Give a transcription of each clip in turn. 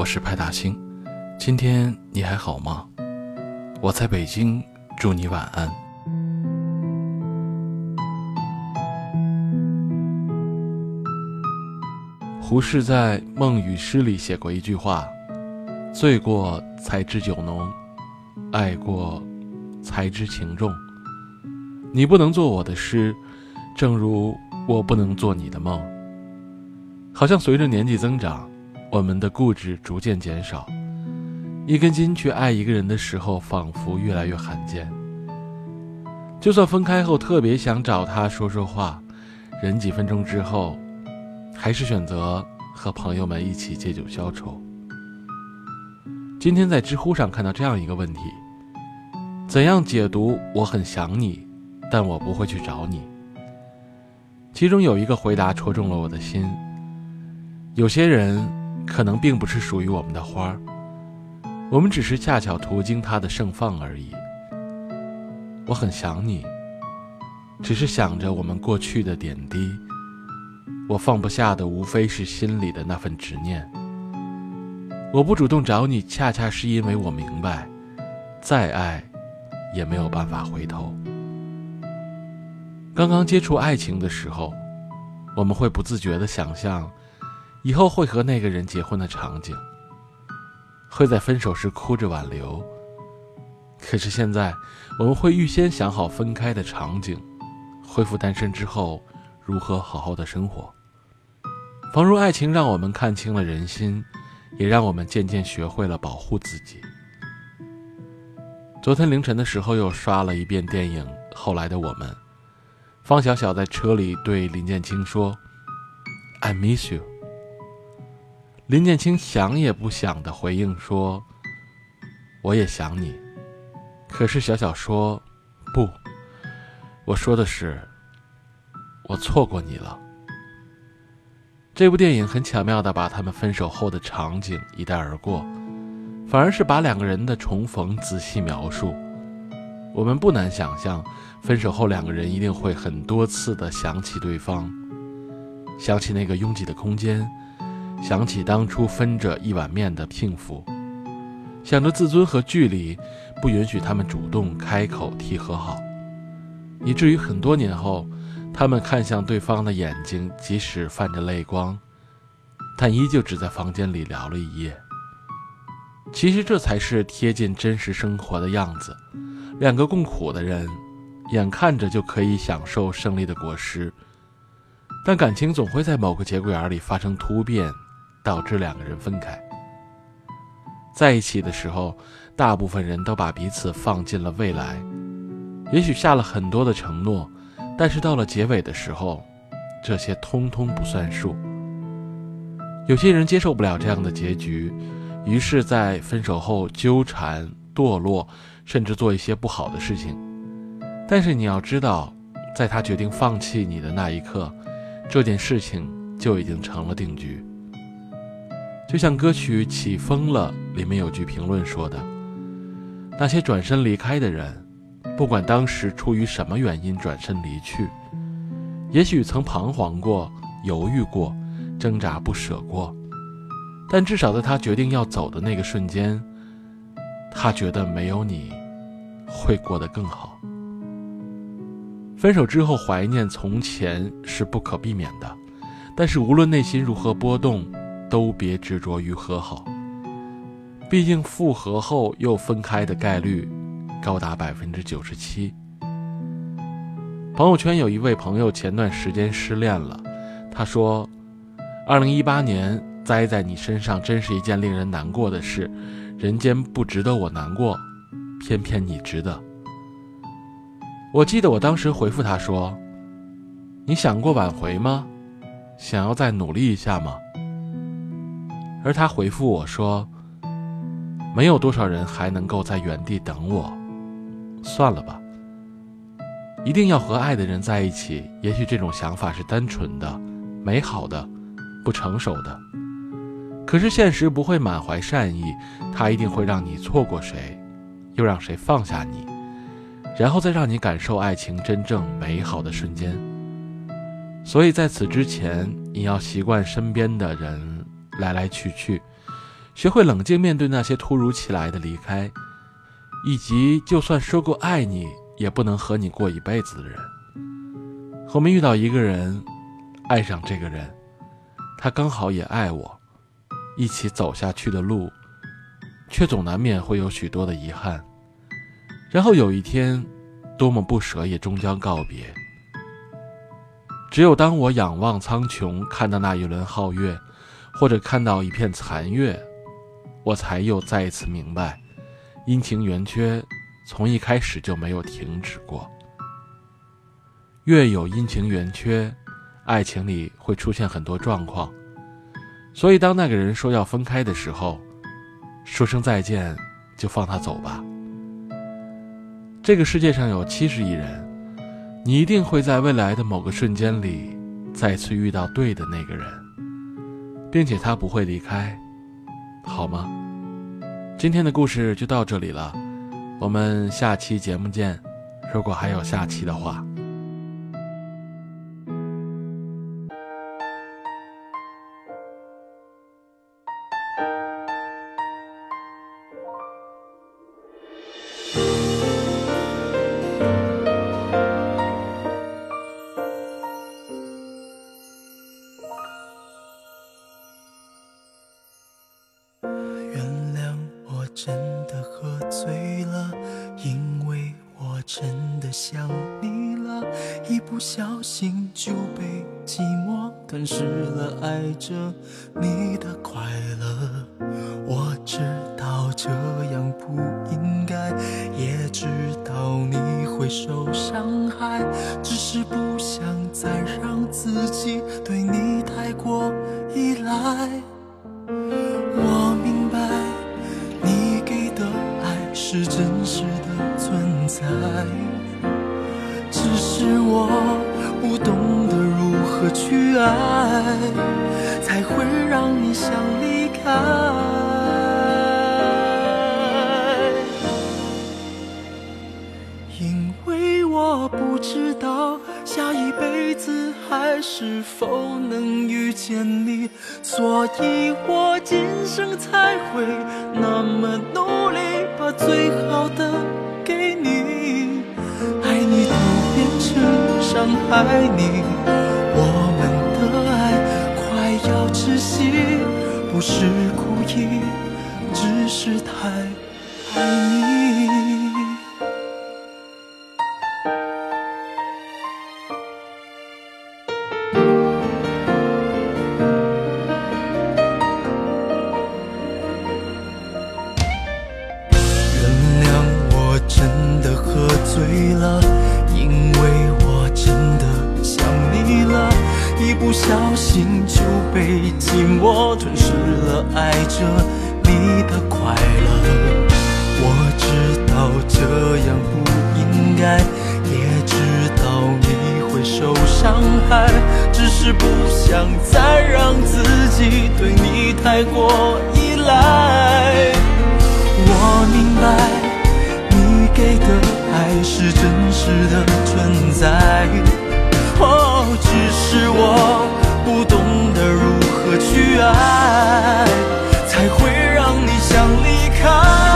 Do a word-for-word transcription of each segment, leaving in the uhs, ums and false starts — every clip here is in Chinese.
是派大星，今天你还好吗？我在北京，祝你晚安。胡适在《梦与诗》里写过一句话：醉过才知酒浓，爱过才知情重。你不能做我的诗，正如我不能做你的梦。好像随着年纪增长，我们的固执逐渐减少，一根筋去爱一个人的时候，仿佛越来越罕见。就算分开后特别想找他说说话，忍几分钟之后，还是选择和朋友们一起借酒消愁。今天在知乎上看到这样一个问题：怎样解读我很想你，但我不会去找你？其中有一个回答戳中了我的心。有些人可能并不是属于我们的花，我们只是恰巧途经它的盛放而已。我很想你，只是想着我们过去的点滴，我放不下的无非是心里的那份执念。我不主动找你，恰恰是因为我明白，再爱也没有办法回头。刚刚接触爱情的时候，我们会不自觉地想象以后会和那个人结婚的场景，会在分手时哭着挽留。可是现在我们会预先想好分开的场景，恢复单身之后如何好好的生活。仿如爱情让我们看清了人心，也让我们渐渐学会了保护自己。昨天凌晨的时候又刷了一遍电影《后来的我们》，方小小在车里对林建清说 I miss you。林建清想也不想地回应说，我也想你。可是小小说，不，我说的是我错过你了。这部电影很巧妙地把他们分手后的场景一带而过，反而是把两个人的重逢仔细描述。我们不难想象，分手后两个人一定会很多次地想起对方，想起那个拥挤的空间，想起当初分着一碗面的幸福，想着自尊和距离不允许他们主动开口提和好，以至于很多年后，他们看向对方的眼睛，即使泛着泪光，但依旧只在房间里聊了一夜。其实这才是贴近真实生活的样子，两个共苦的人，眼看着就可以享受胜利的果实，但感情总会在某个节骨眼里发生突变，导致两个人分开。在一起的时候，大部分人都把彼此放进了未来，也许下了很多的承诺，但是到了结尾的时候，这些通通不算数。有些人接受不了这样的结局，于是在分手后纠缠、堕落，甚至做一些不好的事情。但是你要知道，在他决定放弃你的那一刻，这件事情就已经成了定局。就像歌曲《起风了》里面有句评论说的，那些转身离开的人，不管当时出于什么原因转身离去，也许曾彷徨过、犹豫过、挣扎不舍过，但至少在他决定要走的那个瞬间，他觉得没有你会过得更好。分手之后怀念从前是不可避免的，但是无论内心如何波动，都别执着于和好。毕竟复合后又分开的概率高达百分之九十七。朋友圈有一位朋友前段时间失恋了，他说二零一八年栽在你身上真是一件令人难过的事，人间不值得我难过，偏偏你值得。我记得我当时回复他说，你想过挽回吗？想要再努力一下吗？而他回复我说，没有多少人还能够在原地等我，算了吧。一定要和爱的人在一起，也许这种想法是单纯的、美好的、不成熟的。可是现实不会满怀善意，它一定会让你错过谁，又让谁放下你，然后再让你感受爱情真正美好的瞬间。所以在此之前，你要习惯身边的人来来去去， 学会冷静面对那些突如其来的离开，以及就算说过爱你也不能和你过一辈子的人。我们遇到一个人，爱上这个人，他刚好也爱我，一起走下去的路却总难免会有许多的遗憾，然后有一天多么不舍也终将告别。只有当我仰望苍穹，看到那一轮皓月，或者看到一片残月，我才又再一次明白，阴晴圆缺从一开始就没有停止过。越有阴晴圆缺，爱情里会出现很多状况，所以当那个人说要分开的时候，说声再见就放他走吧。这个世界上有七十亿人，你一定会在未来的某个瞬间里再次遇到对的那个人，并且他不会离开，好吗？今天的故事就到这里了，我们下期节目见，如果还有下期的话。 真的喝醉了，因为我真的想你了，一不小心就被寂寞吞噬了爱着你的快乐。我知道这样不应该，也知道你会受伤害，只是不想再让自己对你太过依赖。我明白你给的爱是真实的存在，只是我不懂得如何去爱，才会让你想离开。因为我不知道下一辈子还是否能遇见你，所以我今生才会那么努力，把最好的给你。爱你都变成伤害你，我们的爱快要窒息，不是故意，只是太爱你。醉了，因为我真的想你了，一不小心就被寂寞吞噬了爱着你的快乐。我知道这样不应该，也知道你会受伤害，只是不想再让自己对你太过依赖。我明白你给的爱是真实的存在，哦，只是我不懂得如何去爱，才会让你想离开。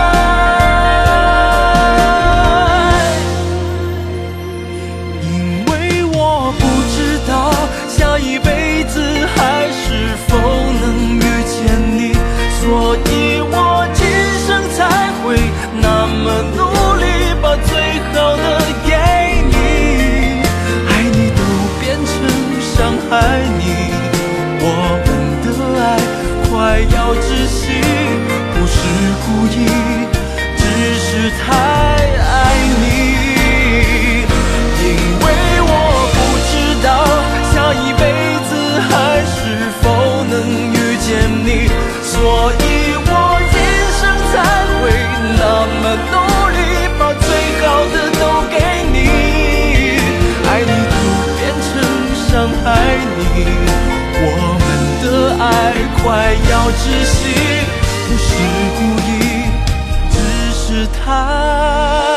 因为我不知道下一辈子还是否能遇见你，所以我今生才会那么努力，把最好的给你。爱你都变成伤害你，我们的爱快要窒息，不是故意，只是太爱你。因为我不知道下一辈子还是否能遇见你，所以我今生才会那么努力，把最好的都给你。爱你都变成伤害你，我们的爱快要窒息，不是故意，只是太